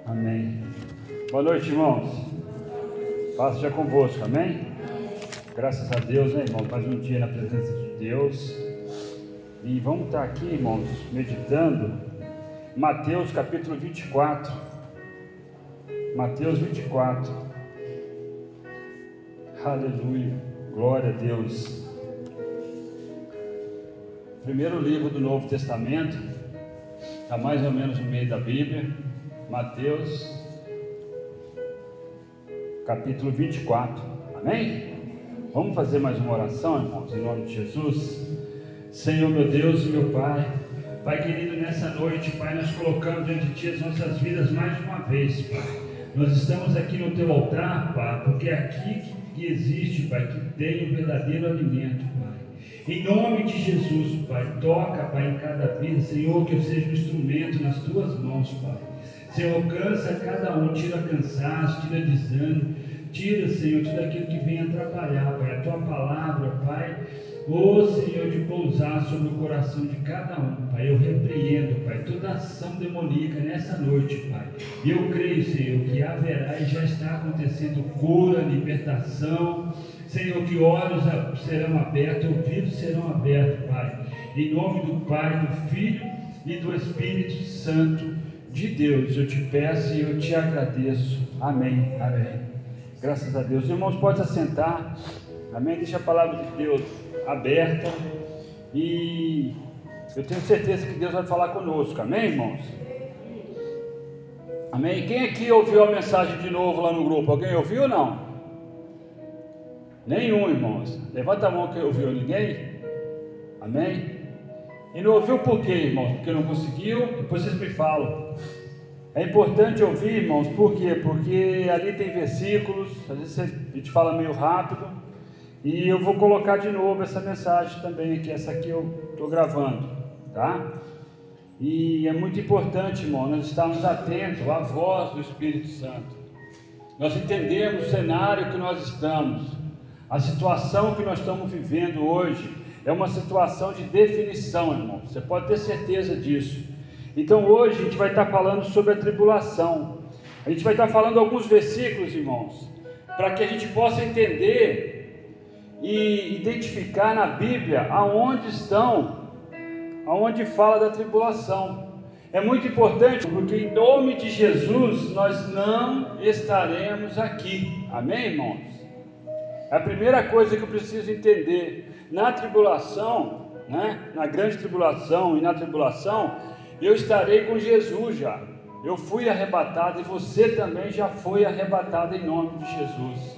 Amém. Boa noite, irmãos. Paz seja convosco, amém? Graças a Deus, né, irmãos? Mais um dia na presença de Deus. E vamos estar aqui, irmãos, meditando Mateus capítulo 24. Mateus 24. Aleluia. Glória a Deus. Primeiro livro do Novo Testamento. Está mais ou menos no meio da Bíblia. Mateus capítulo 24, amém? Vamos fazer mais uma oração, irmãos, em nome de Jesus. Senhor, meu Deus e meu Pai, Pai querido, nessa noite, Pai, nós colocamos diante de Ti as nossas vidas mais uma vez, Pai. Nós estamos aqui no Teu altar, Pai, porque é aqui que existe, Pai, que tem o verdadeiro alimento, Pai. Em nome de Jesus, Pai, toca, Pai, em cada vida, Senhor, que eu seja um instrumento nas Tuas mãos, Pai. Senhor, alcança cada um, tira cansaço, tira desânimo, tira, Senhor, tudo aquilo que vem atrapalhar, Pai, a Tua palavra, Pai, Senhor, de pousar sobre o coração de cada um, Pai. Eu repreendo, Pai, toda ação demoníaca nessa noite, Pai. E eu creio, Senhor, que haverá e já está acontecendo cura, libertação, Senhor, que olhos serão abertos, ouvidos serão abertos, Pai. Em nome do Pai, do Filho e do Espírito Santo de Deus, eu te peço e eu te agradeço. Amém, amém. Graças a Deus. Irmãos, pode se assentar. Amém. Deixa a palavra de Deus aberta e eu tenho certeza que Deus vai falar conosco. Amém, irmãos? Amém. Quem aqui ouviu a mensagem de novo lá no grupo? Alguém ouviu ou não? Nenhum, irmãos. Levanta a mão quem ouviu. Ninguém? Amém. E não ouviu por quê, irmãos? Porque não conseguiu? Depois vocês me falam. É importante ouvir, irmãos, por quê? Porque ali tem versículos, às vezes a gente fala meio rápido, e eu vou colocar de novo essa mensagem também aqui, essa aqui eu estou gravando, tá? E é muito importante, irmão, nós estarmos atentos à voz do Espírito Santo, nós entendemos o cenário que nós estamos, a situação que nós estamos vivendo hoje, é uma situação de definição, irmão, você pode ter certeza disso. Então hoje a gente vai estar falando sobre a tribulação. A gente vai estar falando alguns versículos, irmãos, para que a gente possa entender e identificar na Bíblia aonde fala da tribulação. É muito importante, porque em nome de Jesus nós não estaremos aqui. Amém, irmãos? É a primeira coisa que eu preciso entender. Na tribulação, na grande tribulação e na tribulação, eu estarei com Jesus já. Eu fui arrebatado e você também já foi arrebatado em nome de Jesus.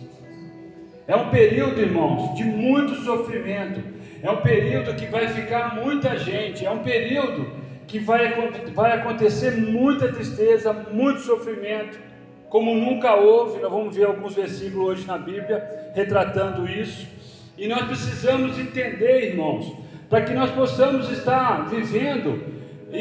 É um período, irmãos, de muito sofrimento. É um período que vai ficar muita gente. É um período que vai acontecer muita tristeza, muito sofrimento, como nunca houve. Nós vamos ver alguns versículos hoje na Bíblia retratando isso. E nós precisamos entender, irmãos, para que nós possamos estar vivendo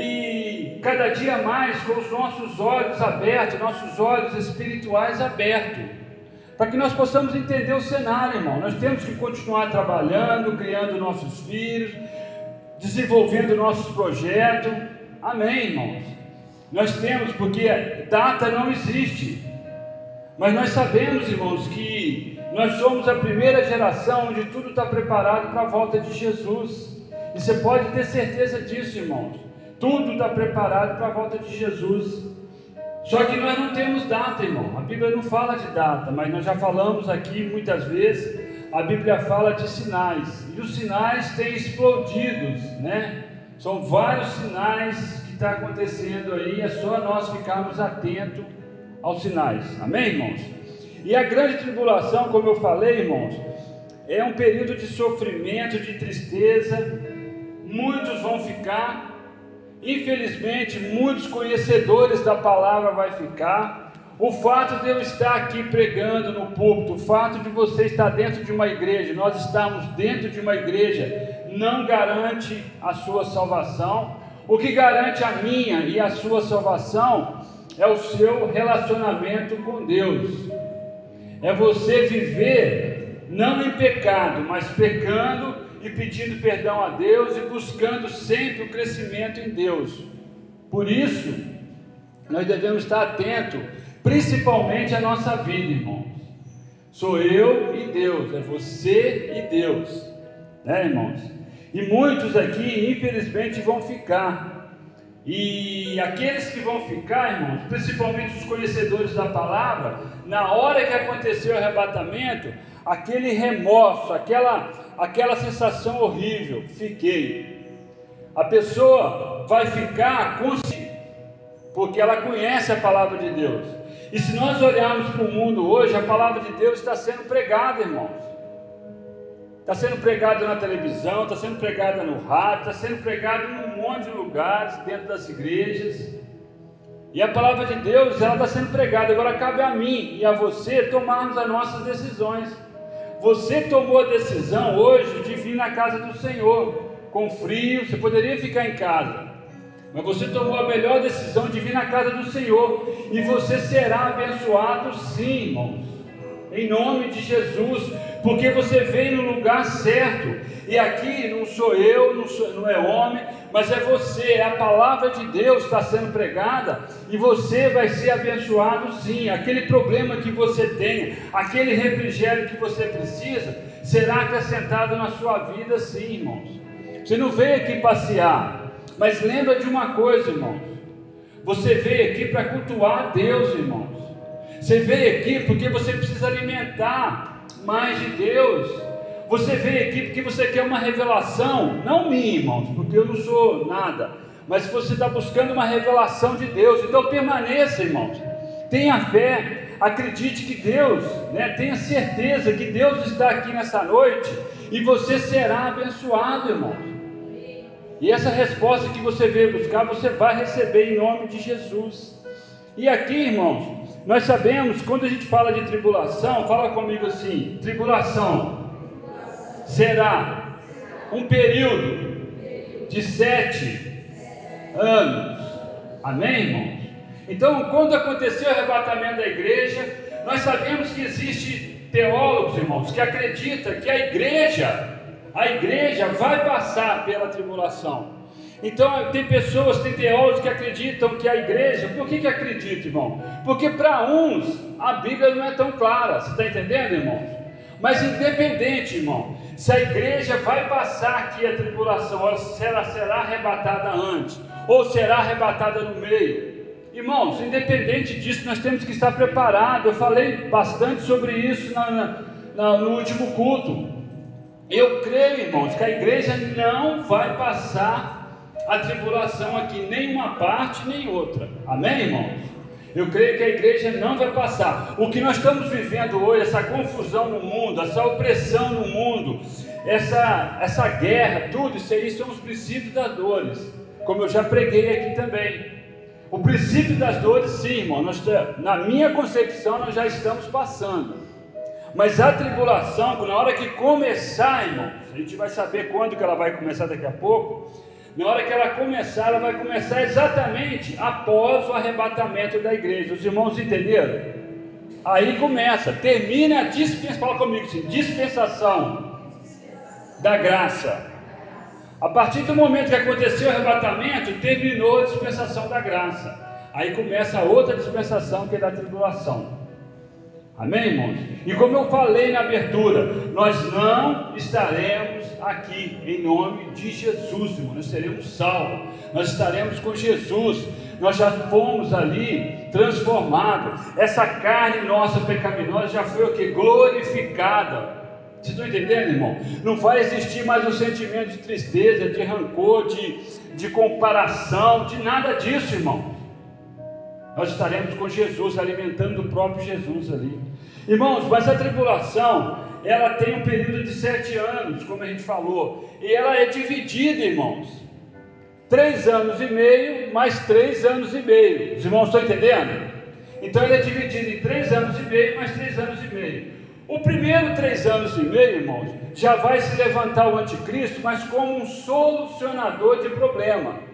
e cada dia mais com os nossos olhos abertos, nossos olhos espirituais abertos, para que nós possamos entender o cenário, irmão. Nós temos que continuar trabalhando, criando nossos filhos, desenvolvendo nossos projetos. Amém, irmãos? Nós temos, porque data não existe, mas nós sabemos, irmãos, que nós somos a primeira geração onde tudo está preparado para a volta de Jesus. E você pode ter certeza disso, irmãos. Tudo está preparado para a volta de Jesus. Só que nós não temos data, irmão. A Bíblia não fala de data, mas nós já falamos aqui muitas vezes. A Bíblia fala de sinais, e os sinais têm explodido, São vários sinais que estão acontecendo aí. É só nós ficarmos atentos aos sinais. Amém, irmãos? E a grande tribulação, como eu falei, irmãos, é um período de sofrimento, de tristeza. Muitos vão ficar. Infelizmente, muitos conhecedores da palavra vai ficar. O fato de eu estar aqui pregando no púlpito, o fato de você estar dentro de uma igreja, nós estamos dentro de uma igreja, não garante a sua salvação. O que garante a minha e a sua salvação é o seu relacionamento com Deus. É você viver não em pecado, mas pecando e pedindo perdão a Deus e buscando sempre o crescimento em Deus. Por isso, nós devemos estar atentos, principalmente à nossa vida, irmãos. Sou eu e Deus, é você e Deus, né, irmãos? E muitos aqui, infelizmente, vão ficar. E aqueles que vão ficar, irmãos, principalmente os conhecedores da palavra, na hora que aconteceu o arrebatamento, aquele remorso, aquela sensação horrível, fiquei. A pessoa vai ficar consciente, porque ela conhece a palavra de Deus. E se nós olharmos para o mundo hoje, a palavra de Deus está sendo pregada, irmãos. Está sendo pregada na televisão, está sendo pregada no rádio, está sendo pregada em um monte de lugares, dentro das igrejas. E a palavra de Deus, ela está sendo pregada. Agora cabe a mim e a você tomarmos as nossas decisões. Você tomou a decisão hoje de vir na casa do Senhor. Com frio, você poderia ficar em casa, mas você tomou a melhor decisão de vir na casa do Senhor. E você será abençoado sim, irmãos, em nome de Jesus, porque você veio no lugar certo. E aqui não sou eu, não é homem, mas é você, é a palavra de Deus que está sendo pregada, e você vai ser abençoado sim. Aquele problema que você tem, aquele refrigério que você precisa, será acrescentado na sua vida sim, irmãos. Você não veio aqui passear, mas lembra de uma coisa, irmãos, você veio aqui para cultuar a Deus, irmãos. Você veio aqui porque você precisa alimentar mais de Deus. Você veio aqui porque você quer uma revelação, não minha, irmãos, porque eu não sou nada, mas você está buscando uma revelação de Deus. Então permaneça, irmãos, tenha fé, acredite que Deus, tenha certeza que Deus está aqui nessa noite, e você será abençoado, irmãos. E essa resposta que você veio buscar, você vai receber em nome de Jesus. E aqui, irmãos, nós sabemos, quando a gente fala de tribulação, fala comigo assim: tribulação será um período de 7 anos. Amém, irmãos? Então, quando aconteceu o arrebatamento da igreja, nós sabemos que existe teólogos, irmãos, que acreditam que a igreja vai passar pela tribulação. Então tem pessoas, tem teólogos que acreditam que a igreja, por que acreditam, irmão? Porque para uns a Bíblia não é tão clara, você está entendendo, irmãos? Mas independente, irmão, se a igreja vai passar aqui a tribulação, ou se ela será arrebatada antes, ou será arrebatada no meio, irmãos, independente disso, nós temos que estar preparados. Eu falei bastante sobre isso no último culto. Eu creio, irmãos, que a igreja não vai passar a tribulação aqui, nem uma parte nem outra. Amém, irmãos? Eu creio que a igreja não vai passar. O que nós estamos vivendo hoje, essa confusão no mundo, essa opressão no mundo, essa guerra, tudo isso aí são os princípios das dores, como eu já preguei aqui também. O princípio das dores, sim, irmão, na minha concepção nós já estamos passando. Mas a tribulação, na hora que começar, irmãos, a gente vai saber quando que ela vai começar daqui a pouco. Na hora que ela vai começar exatamente após o arrebatamento da igreja. Os irmãos entenderam? Aí começa, termina a dispensação, fala comigo assim, dispensação da graça. A partir do momento que aconteceu o arrebatamento, terminou a dispensação da graça. Aí começa a outra dispensação, que é da tribulação. Amém, irmãos? E como eu falei na abertura, nós não estaremos aqui em nome de Jesus, irmão. Nós seremos salvos, nós estaremos com Jesus, nós já fomos ali transformados. Essa carne nossa pecaminosa já foi o que? Glorificada. Vocês estão entendendo, irmão? Não vai existir mais o sentimento de tristeza, de rancor, de comparação, de nada disso, irmão. Nós estaremos com Jesus, alimentando o próprio Jesus ali. Irmãos, mas a tribulação, ela tem um período de 7 anos, como a gente falou, e ela é dividida, irmãos, 3 anos e meio, mais 3 anos e meio. Os irmãos estão entendendo? Então ela é dividida em 3 anos e meio, mais 3 anos e meio. O primeiro 3 anos e meio, irmãos, já vai se levantar o anticristo, mas como um solucionador de problema.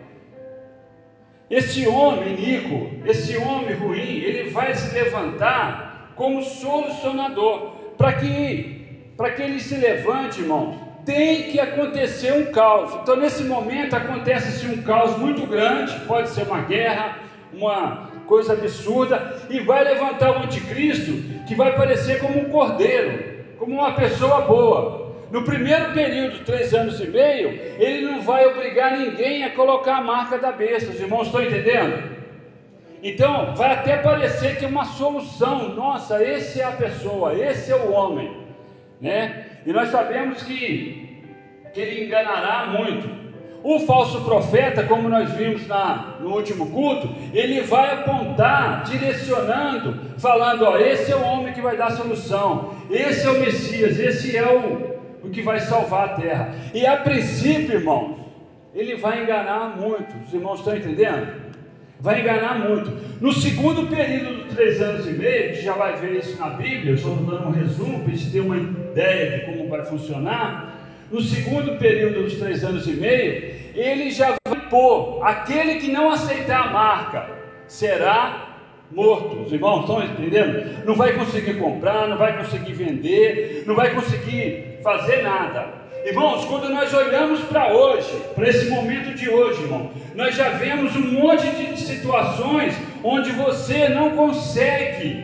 Esse homem iníquo, esse homem ruim, ele vai se levantar como solucionador. Para que ele se levante, irmãos, tem que acontecer um caos. Então nesse momento acontece-se um caos muito grande, pode ser uma guerra, coisa absurda, e vai levantar o anticristo, que vai parecer como um cordeiro, como uma pessoa boa. No primeiro período, 3 anos e meio, ele não vai obrigar ninguém a colocar a marca da besta. Os irmãos estão entendendo? Então, vai até parecer que é uma solução. Nossa, esse é a pessoa, esse é o homem, né? E nós sabemos que ele enganará muito. O falso profeta, como nós vimos no último culto, ele vai apontar, direcionando, falando, ó, esse é o homem que vai dar solução, esse é o Messias, esse é o que vai salvar a terra. E a princípio, irmãos, ele vai enganar muito. Os irmãos estão entendendo? Vai enganar muito. No segundo período dos 3 anos e meio, a gente já vai ver isso na Bíblia, eu estou dando um resumo para a gente ter uma ideia de como vai funcionar. No segundo período dos 3 anos e meio, ele já vai impor, aquele que não aceitar a marca, será morto. Os irmãos estão entendendo? Não vai conseguir comprar, não vai conseguir vender, não vai conseguir fazer nada. Irmãos, quando nós olhamos para hoje, para esse momento de hoje, irmão, nós já vemos um monte de situações onde você não consegue.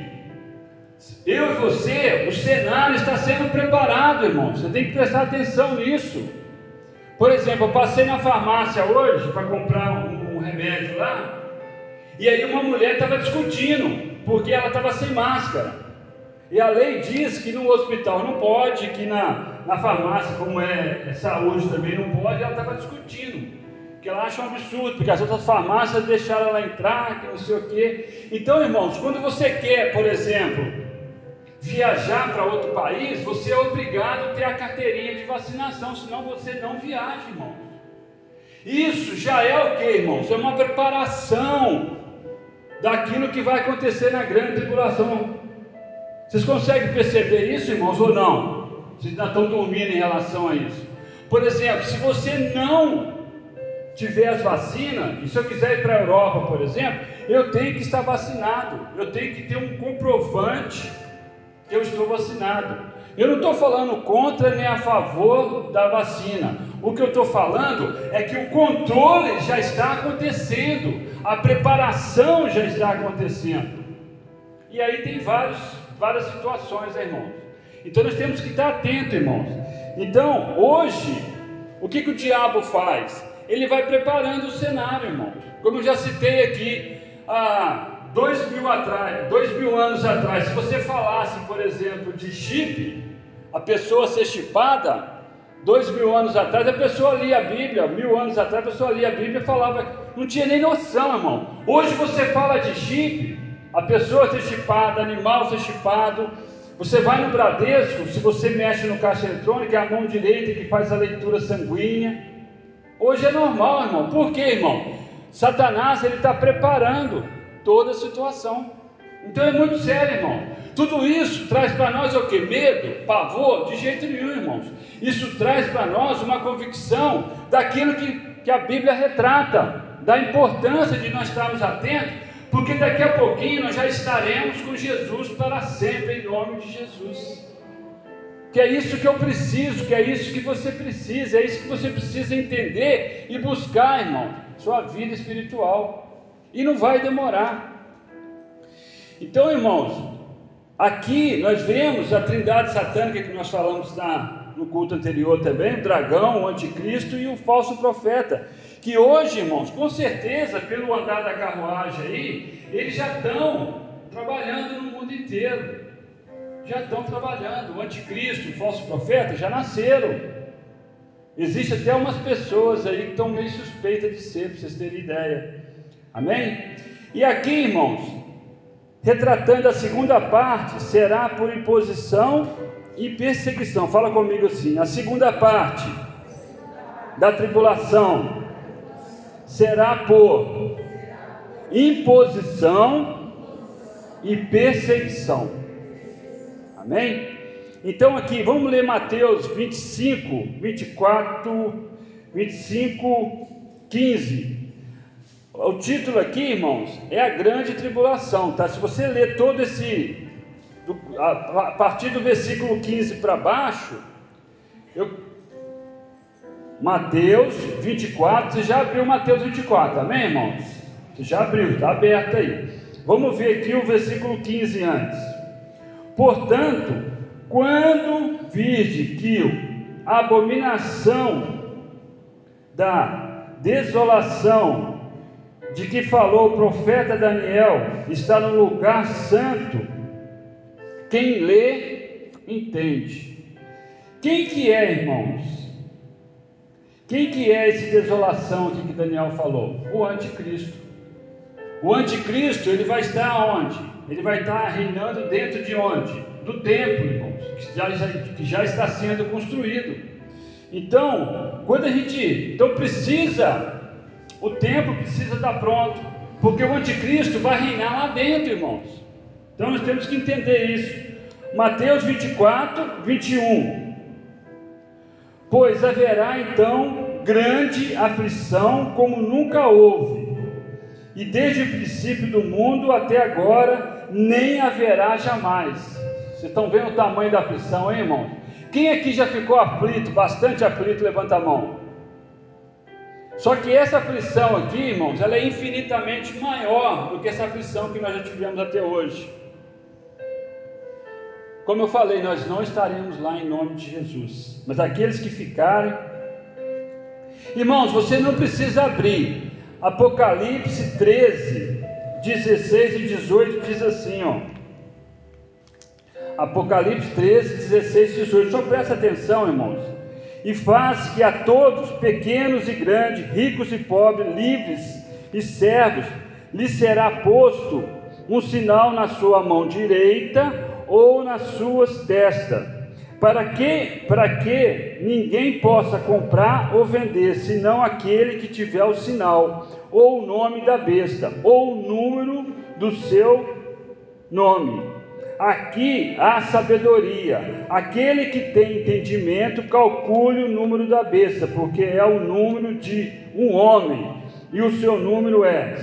Eu e você, o cenário está sendo preparado, irmão. Você tem que prestar atenção nisso. Por exemplo, eu passei na farmácia hoje para comprar um remédio lá, e aí uma mulher estava discutindo, porque ela estava sem máscara. E a lei diz que no hospital não pode, que na farmácia, como é saúde também não pode. Ela estava discutindo, que ela acha um absurdo, porque as outras farmácias deixaram ela entrar, que não sei o quê. Então, irmãos, quando você quer, por exemplo, viajar para outro país, você é obrigado a ter a carteirinha de vacinação, senão você não viaja, irmãos. Isso já é o que, irmãos? É uma preparação daquilo que vai acontecer na grande tribulação. Vocês conseguem perceber isso, irmãos, ou não? Vocês ainda estão dormindo em relação a isso. Por exemplo, se você não tiver as vacinas, e se eu quiser ir para a Europa, por exemplo, eu tenho que estar vacinado, eu tenho que ter um comprovante que eu estou vacinado. Eu não estou falando contra nem a favor da vacina. O que eu estou falando é que o controle já está acontecendo, a preparação já está acontecendo. E aí tem várias situações, irmãos. Então nós temos que estar atentos, irmãos. Então, hoje, o que o diabo faz? Ele vai preparando o cenário, irmãos. Como eu já citei aqui, há 2.000 anos atrás, se você falasse, por exemplo, de chip, a pessoa ser chipada, 2.000 anos atrás, a pessoa lia a Bíblia, 1.000 anos atrás, a pessoa lia a Bíblia e falava, não tinha nem noção, irmão. Hoje você fala de chip, a pessoa ser chipada, animal ser chipado. Você vai no Bradesco, se você mexe no caixa eletrônico, é a mão direita que faz a leitura sanguínea. Hoje é normal, irmão. Por quê, irmão? Satanás, ele está preparando toda a situação. Então é muito sério, irmão. Tudo isso traz para nós o que? Medo? Pavor? De jeito nenhum, irmãos. Isso traz para nós uma convicção daquilo que a Bíblia retrata, da importância de nós estarmos atentos, porque daqui a pouquinho nós já estaremos com Jesus para sempre, em nome de Jesus. Que é isso que eu preciso, que é isso que você precisa, é isso que você precisa entender e buscar, irmão, sua vida espiritual. E não vai demorar. Então, irmãos, aqui nós vemos a trindade satânica que nós falamos no culto anterior também, o dragão, o anticristo e o falso profeta, que hoje, irmãos, com certeza, pelo andar da carruagem aí, eles já estão trabalhando no mundo inteiro, já estão trabalhando. O anticristo, o falso profeta já nasceram. Existe até umas pessoas aí que estão meio suspeitas de ser, para vocês terem ideia. Amém? E aqui, irmãos, retratando a segunda parte, será por imposição e perseguição. Fala comigo assim: a segunda parte da tribulação será por imposição e perseguição. Amém? Então aqui, vamos ler Mateus 25, 24, 25, 15. O título aqui, irmãos, é a grande tribulação, tá? Se você ler todo a partir do versículo 15 para baixo, Mateus 24, você já abriu Mateus 24, amém, irmãos? Você já abriu, está aberto aí. Vamos ver aqui o versículo 15 antes. Portanto, quando virde que a abominação da desolação de que falou o profeta Daniel está no lugar santo, quem lê, entende. Quem que é, irmãos? Quem que é esse desolação aqui que Daniel falou? O anticristo. O anticristo, ele vai estar onde? Ele vai estar reinando dentro de onde? Do templo, irmãos, que já está sendo construído. Então, o templo precisa estar pronto, porque o anticristo vai reinar lá dentro, irmãos. Então nós temos que entender isso. Mateus 24, 21. Pois haverá então grande aflição como nunca houve, e desde o princípio do mundo até agora nem haverá jamais. Vocês estão vendo o tamanho da aflição, hein, irmãos? Quem aqui já ficou aflito, bastante aflito, levanta a mão. Só que essa aflição aqui, irmãos, ela é infinitamente maior do que essa aflição que nós já tivemos até hoje. Como eu falei, nós não estaremos lá em nome de Jesus, mas aqueles que ficarem, irmãos, você não precisa abrir. Apocalipse 13, 16 e 18 diz assim, ó. Apocalipse 13, 16 e 18, só presta atenção, irmãos. E faz que a todos, pequenos e grandes, ricos e pobres, livres e servos, lhe será posto um sinal na sua mão direita ou nas suas testas, para que ninguém possa comprar ou vender, senão aquele que tiver o sinal, ou o nome da besta, ou o número do seu nome. Aqui há sabedoria. Aquele que tem entendimento, calcule o número da besta, porque é o número de um homem, e o seu número é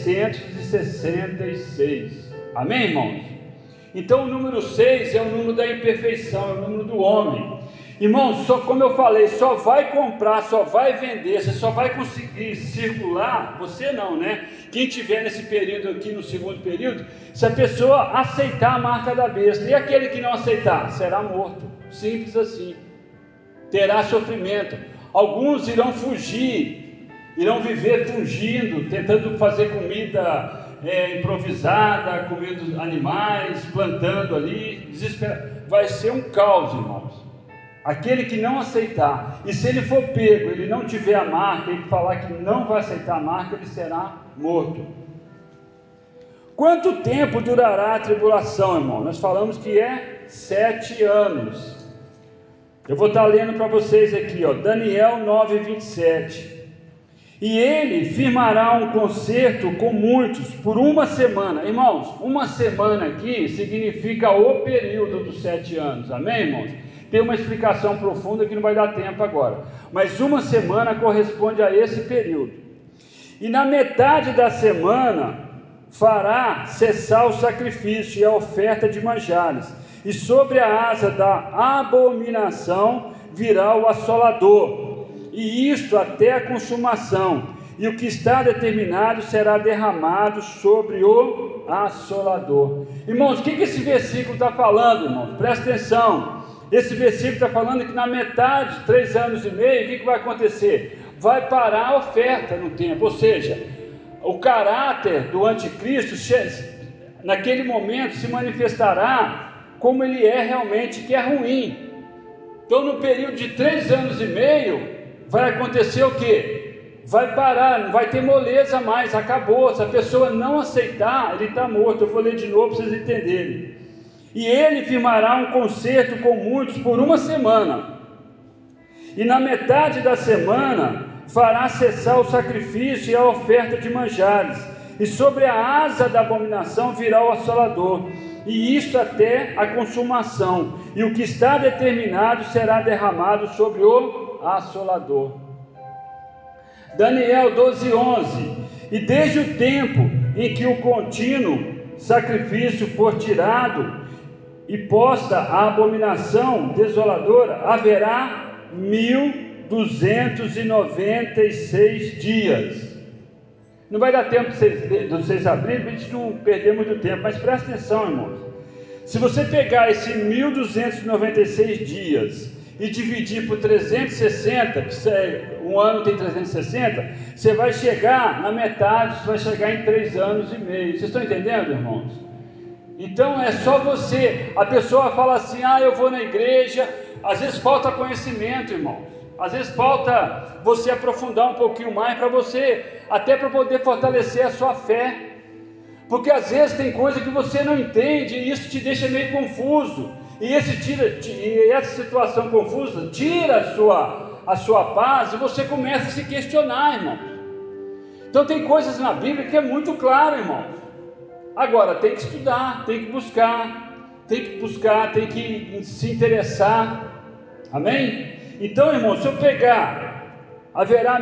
666. Amém, irmãos? Então o número 6 é o número da imperfeição, é o número do homem. Irmãos, só como eu falei, só vai comprar, só vai vender, você só vai conseguir circular, você não, né? Quem tiver nesse período aqui, no segundo período, se a pessoa aceitar a marca da besta. E aquele que não aceitar, será morto. Simples assim. Terá sofrimento. Alguns irão fugir, irão viver fugindo, tentando fazer comida improvisada, comendo animais, plantando ali, desesperado. Vai ser um caos, irmãos. Aquele que não aceitar, e se ele for pego, ele não tiver a marca, ele falar que não vai aceitar a marca, ele será morto. Quanto tempo durará a tribulação, irmão? Nós falamos que é 7 anos. Eu vou estar lendo para vocês aqui, ó, Daniel 9, 27. E ele firmará um concerto com muitos por uma semana. Irmãos, uma semana aqui significa o período dos 7 anos. Amém, irmãos? Tem uma explicação profunda que não vai dar tempo agora. Mas uma semana corresponde a esse período. E na metade da semana fará cessar o sacrifício e a oferta de manjares. E sobre a asa da abominação virá o assolador. E isto até a consumação, e o que está determinado será derramado sobre o assolador. Irmãos, o que esse versículo está falando, irmãos? Presta atenção. Esse versículo está falando que na metade, 3 anos e meio, o que vai acontecer? Vai parar a oferta no tempo, ou seja, o caráter do anticristo, naquele momento, se manifestará como ele é realmente, que é ruim. Então no período de 3 anos e meio, vai acontecer o que? Vai parar, não vai ter moleza mais, acabou. Se a pessoa não aceitar, ele está morto. Eu vou ler de novo para vocês entenderem. E ele firmará um concerto com muitos por uma semana, e na metade da semana fará cessar o sacrifício e a oferta de manjares, e sobre a asa da abominação virá o assolador, e isto até a consumação, e o que está determinado será derramado sobre o assolador. Daniel 12, 11. E desde o tempo em que o contínuo sacrifício for tirado e posta a abominação desoladora, haverá 1296 dias. Não vai dar tempo de vocês abrirem, para a gente não perder muito tempo, mas presta atenção, irmãos. Se você pegar esse 1296 dias e dividir por 360, que um ano tem 360, você vai chegar na metade, você vai chegar em 3 anos e meio. Vocês estão entendendo, irmãos? Então é só você. A pessoa fala assim: eu vou na igreja. Às vezes falta conhecimento, irmãos. Às vezes falta você aprofundar um pouquinho mais para você, até para poder fortalecer a sua fé. Porque às vezes tem coisa que você não entende e isso te deixa meio confuso. E essa situação confusa tira a sua paz e você começa a se questionar, irmão. Então tem coisas na Bíblia que é muito claro, irmão. Agora tem que estudar, tem que buscar, tem que se interessar. Amém? Então, irmão, se eu pegar, haverá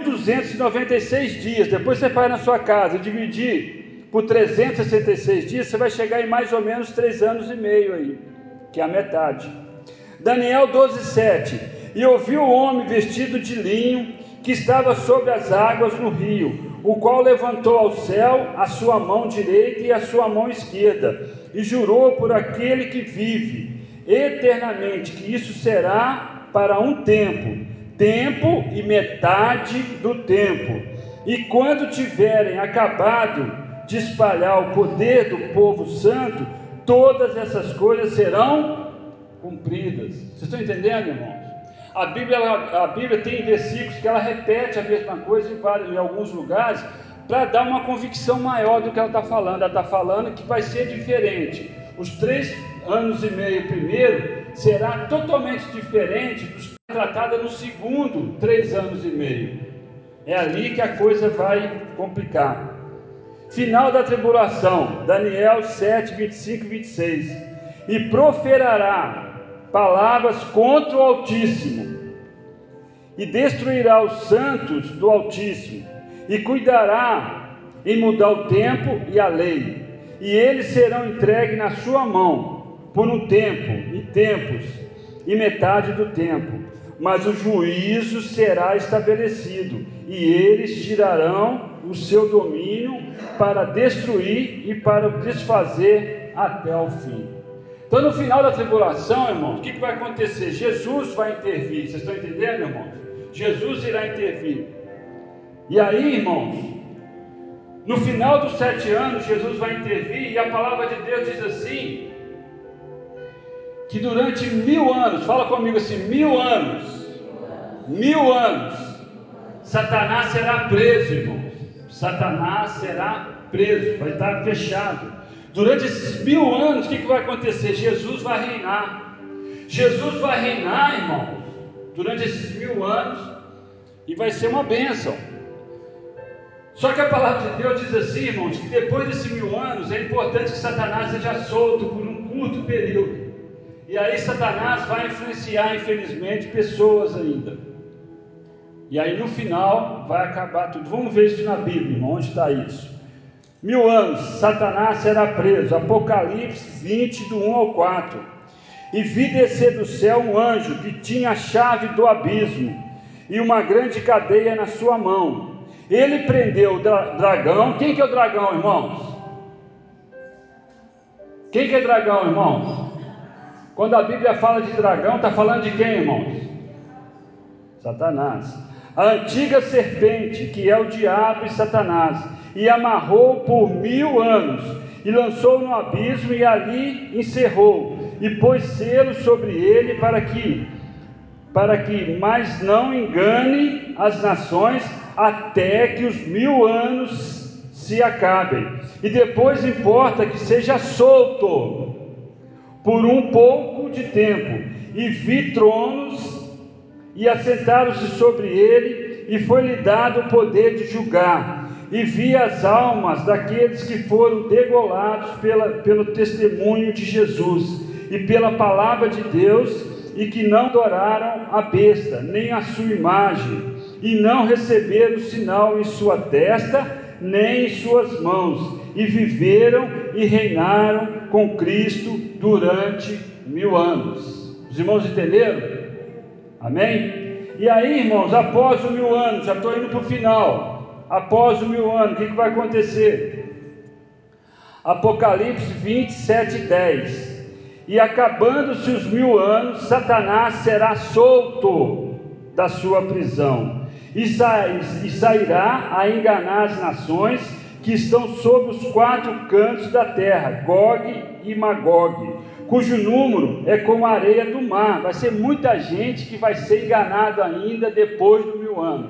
1296 dias. Depois você faz na sua casa, dividir por 366 dias, você vai chegar em mais ou menos 3 anos e meio aí, que é a metade. Daniel 12:7. E ouviu o homem vestido de linho, que estava sobre as águas no rio, o qual levantou ao céu a sua mão direita e a sua mão esquerda, e jurou por aquele que vive eternamente, que isso será para um tempo e metade do tempo. E quando tiverem acabado de espalhar o poder do povo santo, todas essas coisas serão cumpridas. Vocês estão entendendo, irmãos? A Bíblia tem versículos que ela repete a mesma coisa em alguns lugares, para dar uma convicção maior do que ela está falando. Ela está falando que vai ser diferente. Os 3 anos e meio primeiro será totalmente diferente dos tratados no segundo 3 anos e meio. É ali que a coisa vai complicar. Final da tribulação, Daniel 7, 25 e 26. E proferirá palavras contra o Altíssimo, e destruirá os santos do Altíssimo, e cuidará em mudar o tempo e a lei, e eles serão entregues na sua mão, por um tempo, e tempos, e metade do tempo, mas o juízo será estabelecido, e eles tirarão o seu domínio para destruir e para desfazer até o fim. Então, no final da tribulação, irmãos, o que vai acontecer? Jesus vai intervir. Vocês estão entendendo, irmãos? Jesus irá intervir. E aí, irmãos, no final dos 7 anos, Jesus vai intervir. E a palavra de Deus diz assim, que durante 1000 anos, fala comigo assim, 1000 anos, 1000 anos, Satanás será preso, irmãos. Satanás será preso, vai estar fechado. Durante esses 1000 anos, o que vai acontecer? Jesus vai reinar. Jesus vai reinar, irmãos, durante esses 1000 anos, e vai ser uma bênção. Só que a palavra de Deus diz assim, irmãos, que depois desses 1000 anos, é importante que Satanás seja solto por um curto período. E aí Satanás vai influenciar, infelizmente, pessoas ainda. E aí no final vai acabar tudo. Vamos ver isso na Bíblia, irmão, onde está isso? 1000 anos, Satanás será preso. Apocalipse 20, do 1 ao 4. E vi descer do céu um anjo que tinha a chave do abismo e uma grande cadeia na sua mão. Ele prendeu o dragão. Quem que é o dragão, irmãos? Quem que é dragão, irmãos? Quando a Bíblia fala de dragão, está falando de quem, irmãos? Satanás. A antiga serpente, que é o diabo e Satanás, e amarrou por 1000 anos, e lançou no abismo, e ali encerrou, e pôs selo sobre ele, para que mais não engane as nações, até que os 1000 anos se acabem. E depois importa que seja solto por um pouco de tempo. E vi tronos, e assentaram-se sobre ele, e foi-lhe dado o poder de julgar. E vi as almas daqueles que foram degolados pelo testemunho de Jesus e pela palavra de Deus, e que não adoraram a besta, nem a sua imagem, e não receberam sinal em sua testa, nem em suas mãos, e viveram e reinaram com Cristo durante 1000 anos. Os irmãos entenderam? Amém? E aí, irmãos, após os 1000 anos, já estou indo para o final. após o 1000 anos, o que vai acontecer? Apocalipse 27:10. E acabando-se os 1000 anos, Satanás será solto da sua prisão e sairá a enganar as nações que estão sob os 4 cantos da terra, Gog e Magog, cujo número é como a areia do mar. Vai ser muita gente que vai ser enganado ainda depois do 1000 anos,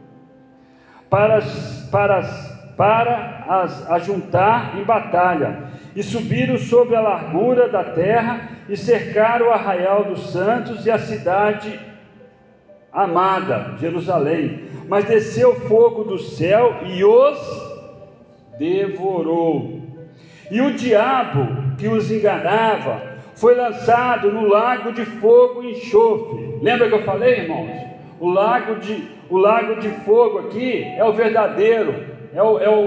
para as ajuntar em batalha, e subiram sobre a largura da terra, e cercaram o arraial dos santos e a cidade amada, Jerusalém. Mas desceu fogo do céu e os devorou. E o diabo que os enganava foi lançado no lago de fogo e enxofre. Lembra que eu falei, irmãos? O lago de fogo aqui é o verdadeiro, é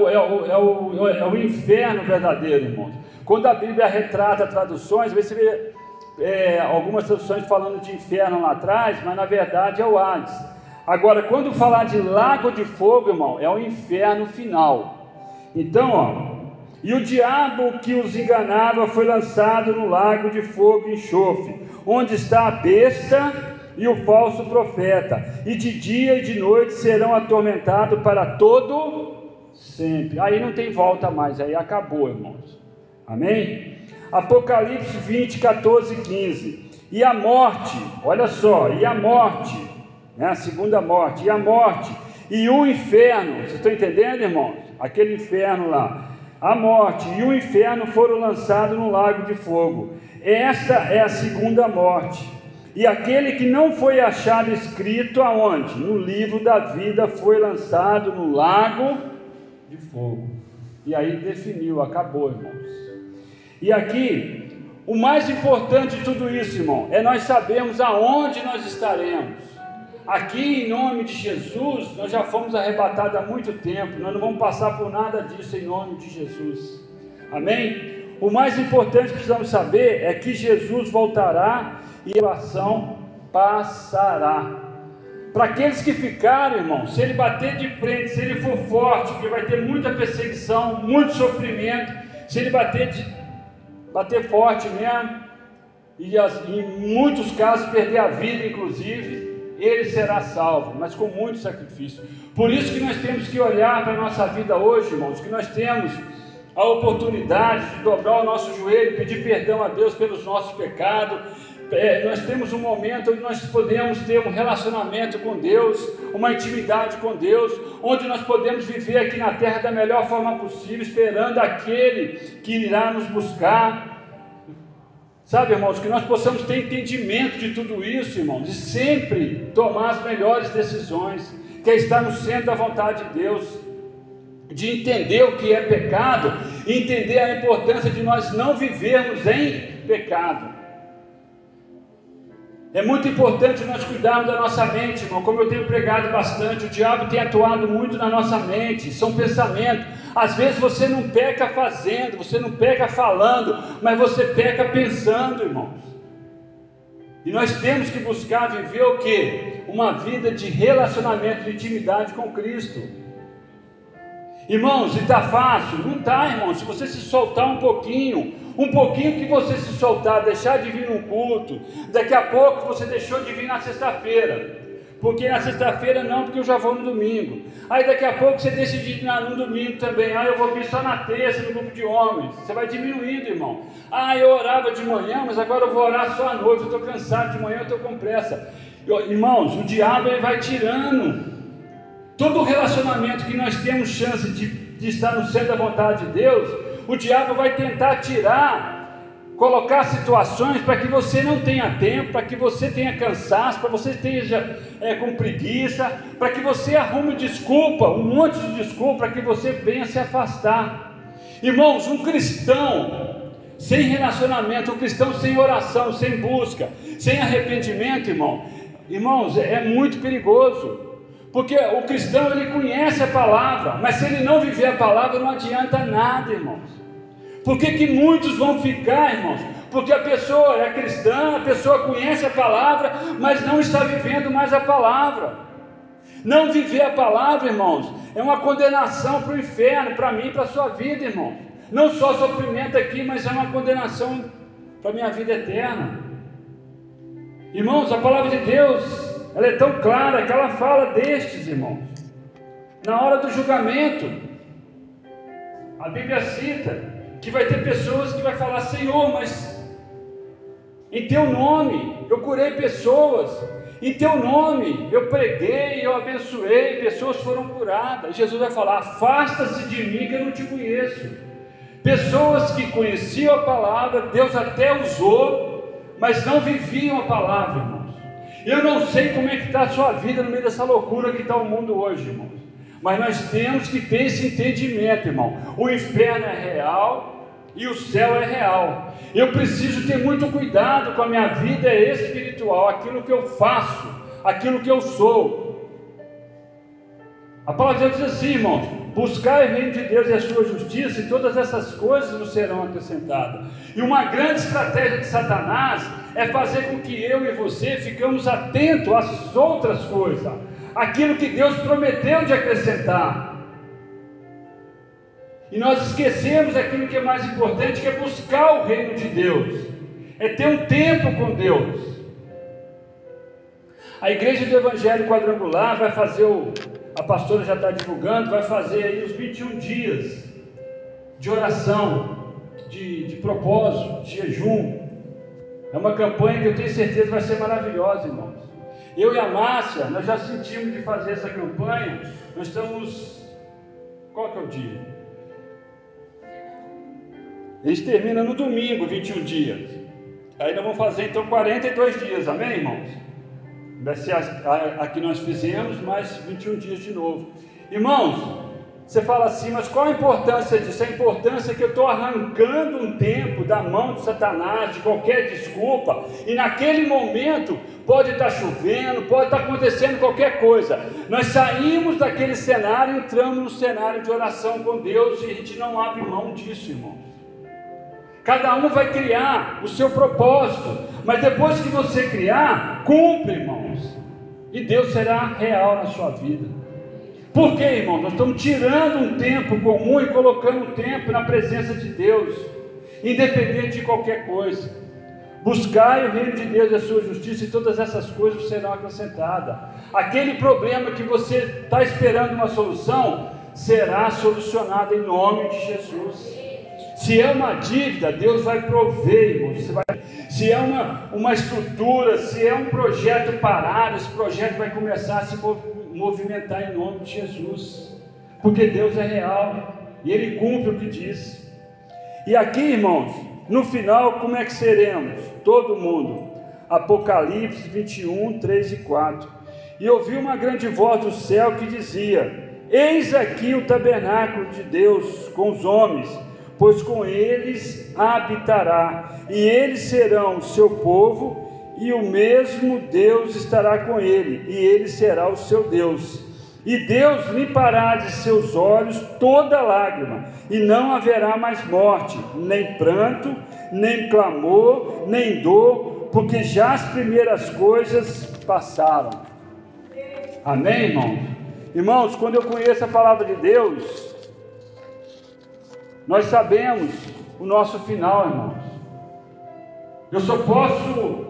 o inferno verdadeiro, irmãos. Quando a Bíblia retrata traduções, você vê algumas traduções falando de inferno lá atrás, mas na verdade é o Hades. Agora, quando falar de lago de fogo, irmão, é o inferno final. Então, e o diabo que os enganava foi lançado no lago de fogo e enxofre, onde está a besta e o falso profeta, e de dia e de noite serão atormentados para todo sempre. Aí não tem volta mais, aí acabou, irmãos. Amém? Apocalipse 20:14-15. E a morte, olha só, e a morte, né, a segunda morte, e a morte, e o inferno, vocês estão entendendo, irmãos? Aquele inferno lá, a morte e o inferno foram lançados no lago de fogo. Esta é a segunda morte. E aquele que não foi achado escrito aonde? No livro da vida, foi lançado no lago de fogo. E aí definiu, acabou, irmãos. E aqui, o mais importante de tudo isso, irmão, é nós sabermos aonde nós estaremos. Aqui, em nome de Jesus, nós já fomos arrebatados há muito tempo, nós não vamos passar por nada disso em nome de Jesus. Amém? O mais importante que precisamos saber é que Jesus voltará e a tribulação passará. Para aqueles que ficaram, irmão, se ele bater de frente, se ele for forte, porque vai ter muita perseguição, muito sofrimento, se ele bater forte mesmo, e em muitos casos perder a vida inclusive, ele será salvo, mas com muito sacrifício. Por isso que nós temos que olhar para a nossa vida hoje, irmãos, que nós temos a oportunidade de dobrar o nosso joelho, pedir perdão a Deus pelos nossos pecados. Nós temos um momento onde nós podemos ter um relacionamento com Deus, uma intimidade com Deus, onde nós podemos viver aqui na terra da melhor forma possível, esperando aquele que irá nos buscar. Sabe, irmãos, que nós possamos ter entendimento de tudo isso, irmãos, e sempre tomar as melhores decisões, que é estar no centro da vontade de Deus, de entender o que é pecado, e entender a importância de nós não vivermos em pecado. É muito importante nós cuidarmos da nossa mente, irmão. Como eu tenho pregado bastante, o diabo tem atuado muito na nossa mente, são pensamentos. Às vezes você não peca fazendo, você não peca falando, mas você peca pensando, irmãos. E nós temos que buscar viver o quê? Uma vida de relacionamento, de intimidade com Cristo. Irmãos, e está fácil? Não está, irmão. Se você se soltar um pouquinho que você se soltar, deixar de vir num culto, daqui a pouco você deixou de vir na sexta-feira, porque na sexta-feira não, porque eu já vou no domingo. Aí daqui a pouco você deixa de ir no domingo também. Eu vou vir só na terça no grupo de homens. Você vai diminuindo, irmão. Eu orava de manhã, mas agora eu vou orar só à noite. Eu estou cansado de manhã, eu estou com pressa. Irmãos, o diabo ele vai tirando todo o relacionamento que nós temos chance de estar no centro da vontade de Deus. O diabo vai tentar tirar, colocar situações para que você não tenha tempo, para que você tenha cansaço, para que você esteja com preguiça, para que você arrume desculpa, um monte de desculpa, para que você venha se afastar. Irmãos, um cristão sem relacionamento, um cristão sem oração, sem busca, sem arrependimento, irmãos, é muito perigoso. Porque o cristão ele conhece a palavra, mas se ele não viver a palavra não adianta nada, irmãos. Por que muitos vão ficar, irmãos? Porque a pessoa é cristã, a pessoa conhece a palavra, mas não está vivendo mais a palavra. Não viver a palavra, irmãos, é uma condenação para o inferno, para mim e para a sua vida, irmão. Não só sofrimento aqui, mas é uma condenação para a minha vida eterna. Irmãos, a palavra de Deus, ela é tão clara que ela fala destes, irmãos. Na hora do julgamento, a Bíblia cita que vai ter pessoas que vai falar: Senhor, mas em teu nome eu curei pessoas, em teu nome eu preguei, eu abençoei, pessoas foram curadas. Jesus vai falar: afasta-se de mim que eu não te conheço. Pessoas que conheciam a palavra, Deus até usou, mas não viviam a palavra, irmãos. Eu não sei como é que está a sua vida no meio dessa loucura que está o mundo hoje, irmãos, mas nós temos que ter esse entendimento, irmão. O inferno é real e o céu é real. Eu preciso ter muito cuidado com a minha vida espiritual, aquilo que eu faço, aquilo que eu sou. A palavra de Deus diz assim, irmãos: buscai o reino de Deus e a sua justiça, e todas essas coisas nos serão acrescentadas. E uma grande estratégia de Satanás é fazer com que eu e você ficamos atentos às outras coisas, aquilo que Deus prometeu de acrescentar, e nós esquecemos aquilo que é mais importante, que é buscar o reino de Deus, é ter um tempo com Deus. A igreja do Evangelho Quadrangular vai fazer, a pastora já está divulgando, vai fazer aí os 21 dias de oração, de propósito, de jejum. É uma campanha que eu tenho certeza vai ser maravilhosa, irmãos. Eu e a Márcia, nós já sentimos de fazer essa campanha. Nós estamos... Qual que é o dia? A gente termina no domingo, 21 dias. Aí nós vamos fazer então 42 dias, amém, irmãos? Vai ser a que nós fizemos, mais 21 dias de novo. Irmãos, você fala assim, mas qual a importância disso? A importância é que eu estou arrancando um tempo da mão de Satanás, de qualquer desculpa, e naquele momento pode estar chovendo, pode estar acontecendo qualquer coisa. Nós saímos daquele cenário e entramos no cenário de oração com Deus, e a gente não abre mão disso, irmãos. Cada um vai criar o seu propósito, mas depois que você criar, cumpre, irmãos, e Deus será real na sua vida. Por quê, irmãos? Nós estamos tirando um tempo comum e colocando um tempo na presença de Deus, independente de qualquer coisa. Buscai o reino de Deus e a sua justiça, e todas essas coisas serão acrescentadas. Aquele problema que você está esperando uma solução, será solucionado em nome de Jesus. Se é uma dívida, Deus vai prover, irmãos. Se é uma estrutura, se é um projeto parado, esse projeto vai começar a se movimentar em nome de Jesus, porque Deus é real e Ele cumpre o que diz. E aqui, irmãos, no final, como é que seremos? Todo mundo. Apocalipse 21, 3 e 4. E ouvi uma grande voz do céu que dizia: eis aqui o tabernáculo de Deus com os homens, pois com eles habitará, e eles serão o seu povo, e o mesmo Deus estará com ele, e ele será o seu Deus. E Deus limpará de seus olhos toda lágrima, e não haverá mais morte, nem pranto, nem clamor, nem dor, porque já as primeiras coisas passaram. Amém, irmãos? Irmãos, quando eu conheço a palavra de Deus, nós sabemos o nosso final, irmãos. Eu só posso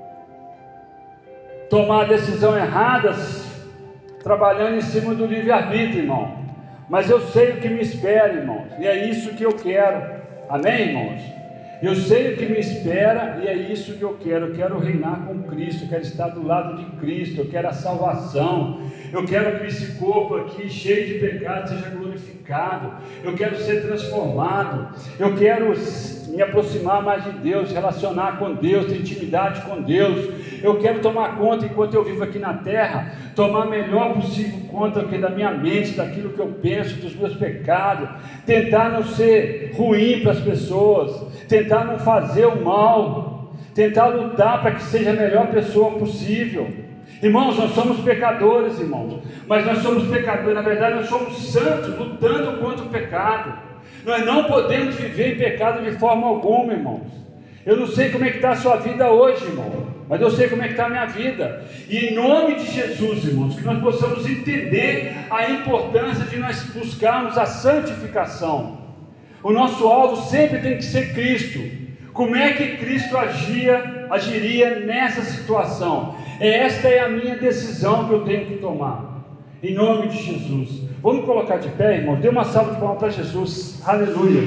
tomar decisão errada trabalhando em cima do livre-arbítrio, irmão. Mas eu sei o que me espera, irmãos, e é isso que eu quero. Amém, irmãos? Eu sei o que me espera e é isso que eu quero. Eu quero reinar com Cristo, eu quero estar do lado de Cristo, eu quero a salvação. Eu quero que esse corpo aqui, cheio de pecado, seja glorificado. Eu quero ser transformado. Eu quero me aproximar mais de Deus, relacionar com Deus, ter intimidade com Deus. Eu quero tomar conta, enquanto eu vivo aqui na terra, tomar a melhor possível conta da minha mente, daquilo que eu penso, dos meus pecados. Tentar não ser ruim para as pessoas, tentar não fazer o mal, tentar lutar para que seja a melhor pessoa possível. Irmãos, nós somos pecadores, irmãos, mas nós somos pecadores, na verdade nós somos santos, lutando contra o pecado. Nós não podemos viver em pecado de forma alguma, irmãos. Eu não sei como é que está a sua vida hoje, irmão, mas eu sei como é que está a minha vida. E em nome de Jesus, irmãos, que nós possamos entender a importância de nós buscarmos a santificação. O nosso alvo sempre tem que ser Cristo. Como é que Cristo agiria nessa situação? Esta é a minha decisão que eu tenho que tomar. Em nome de Jesus. Vamos colocar de pé, irmãos? Dê uma salva de palmas para Jesus. Aleluia.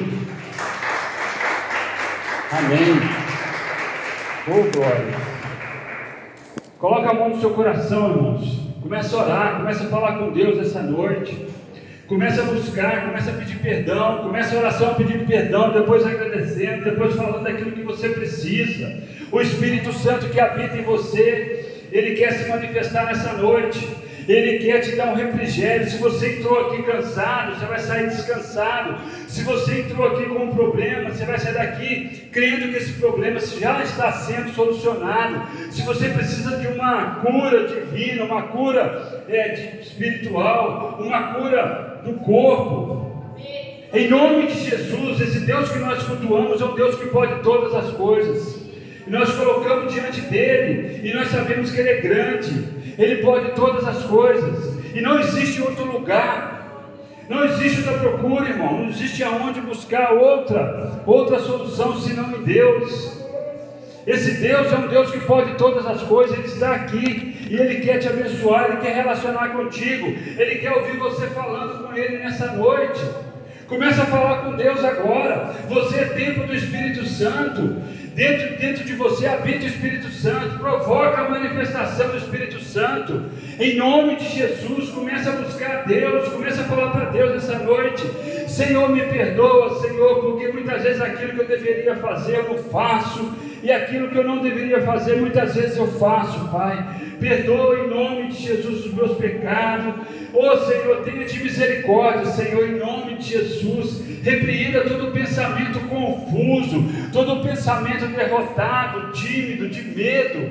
Amém. Oh, glória. Coloca a mão no seu coração, irmãos. Começa a orar, começa a falar com Deus essa noite. Começa a buscar, começa a pedir perdão. Começa a oração pedindo perdão, depois agradecendo, depois falando daquilo que você precisa. O Espírito Santo que habita em você, ele quer se manifestar nessa noite. Ele quer te dar um refrigério. Se você entrou aqui cansado, você vai sair descansado. Se você entrou aqui com um problema, você vai sair daqui crendo que esse problema já está sendo solucionado. Se você precisa de uma cura divina, uma cura espiritual, uma cura do corpo, em nome de Jesus, esse Deus que nós cultuamos é um Deus que pode todas as coisas. E nós colocamos diante dele, e nós sabemos que ele é grande, ele pode todas as coisas, e não existe outro lugar, não existe outra procura, irmão, não existe aonde buscar outra solução senão em Deus. Esse Deus é um Deus que pode todas as coisas. Ele está aqui e Ele quer te abençoar, Ele quer relacionar contigo, Ele quer ouvir você falando com Ele nessa noite. Começa a falar com Deus agora. Você é templo do Espírito Santo. Dentro de você habita o Espírito Santo. Provoca a manifestação do Espírito Santo. Em nome de Jesus, começa a buscar a Deus. Começa a falar para Deus essa noite. Senhor, me perdoa, Senhor, porque muitas vezes aquilo que eu deveria fazer eu não faço, e aquilo que eu não deveria fazer muitas vezes eu faço, Pai. Perdoa em nome de Jesus os meus pecados. Oh Senhor, tenha de misericórdia, Senhor, em nome de Jesus. Repreenda todo pensamento confuso, todo pensamento derrotado, tímido, de medo,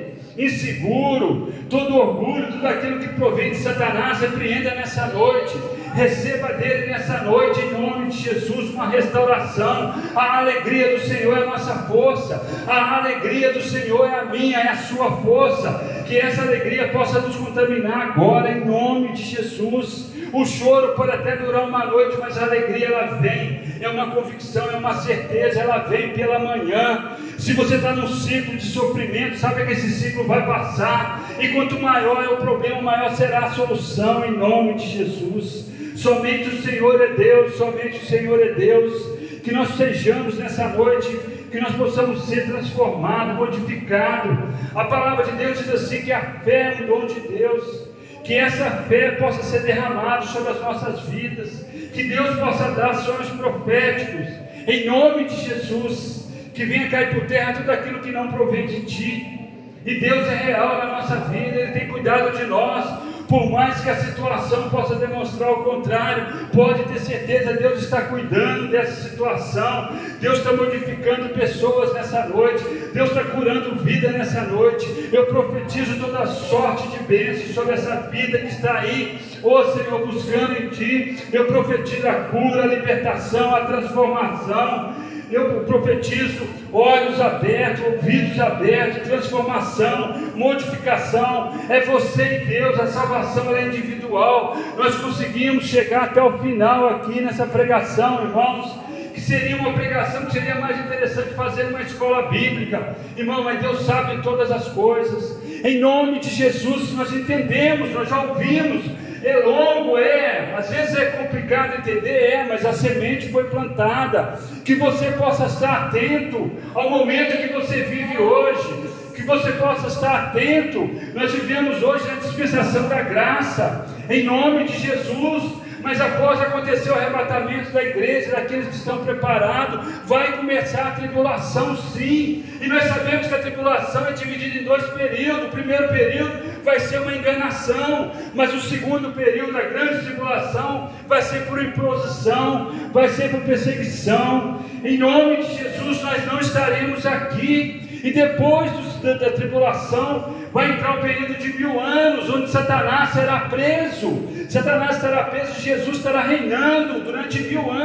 inseguro, todo orgulho, tudo aquilo que provém de Satanás. Repreenda nessa noite. Receba dele nessa noite, em nome de Jesus, uma restauração. A alegria do Senhor é a nossa força. A alegria do Senhor é a minha, é a sua força. Que essa alegria possa nos contaminar agora, em nome de Jesus. O choro pode até durar uma noite, mas a alegria ela vem. É uma convicção, é uma certeza, ela vem pela manhã. Se você está num ciclo de sofrimento, sabe que esse ciclo vai passar. E quanto maior é o problema, maior será a solução, em nome de Jesus. Somente o Senhor é Deus, somente o Senhor é Deus. Que nós sejamos nessa noite, que nós possamos ser transformados, modificados. A palavra de Deus diz assim, que a fé é um dom de Deus. Que essa fé possa ser derramada sobre as nossas vidas. Que Deus possa dar sonhos proféticos, em nome de Jesus. Que venha cair por terra tudo aquilo que não provém de Ti. E Deus é real na nossa vida, Ele tem cuidado de nós. Por mais que a situação possa demonstrar o contrário, pode ter certeza, Deus está cuidando dessa situação. Deus está modificando pessoas nessa noite. Deus está curando vida nessa noite. Eu profetizo toda sorte de bênçãos sobre essa vida que está aí, ó Senhor, buscando em Ti. Eu profetizo a cura, a libertação, a transformação. Eu profetizo olhos abertos, ouvidos abertos, transformação, modificação. É você e Deus, a salvação é individual. Nós conseguimos chegar até o final aqui nessa pregação, irmãos, que seria uma pregação que seria mais interessante fazer numa escola bíblica, irmão, mas Deus sabe todas as coisas. Em nome de Jesus, nós entendemos, nós já ouvimos. É longo, às vezes é complicado entender, mas a semente foi plantada. Que você possa estar atento ao momento que você vive hoje, que você possa estar atento. Nós vivemos hoje na dispensação da graça, em nome de Jesus. Mas após acontecer o arrebatamento da igreja, daqueles que estão preparados, vai começar a tribulação, sim. E nós sabemos que a tribulação é dividida em dois períodos. O primeiro período vai ser uma enganação, mas o segundo período, a grande tribulação, vai ser por imposição, vai ser por perseguição. Em nome de Jesus, nós não estaremos aqui. E depois da tribulação, vai entrar o período de 1000 anos, onde Satanás será preso. Satanás estará preso, Jesus estará reinando durante 1000 anos.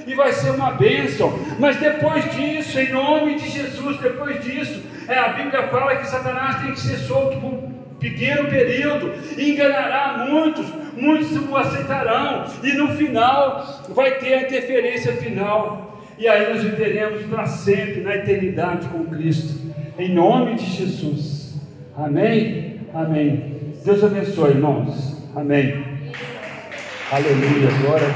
e vai ser uma bênção. Mas depois disso, em nome de Jesus, depois disso, a Bíblia fala que Satanás tem que ser solto por um pequeno período, enganará muitos o aceitarão, e no final vai ter a interferência final, e aí nós viveremos para sempre na eternidade com Cristo, em nome de Jesus. Amém? Amém. Deus abençoe, irmãos. Amém. Aleluia, glória a Deus.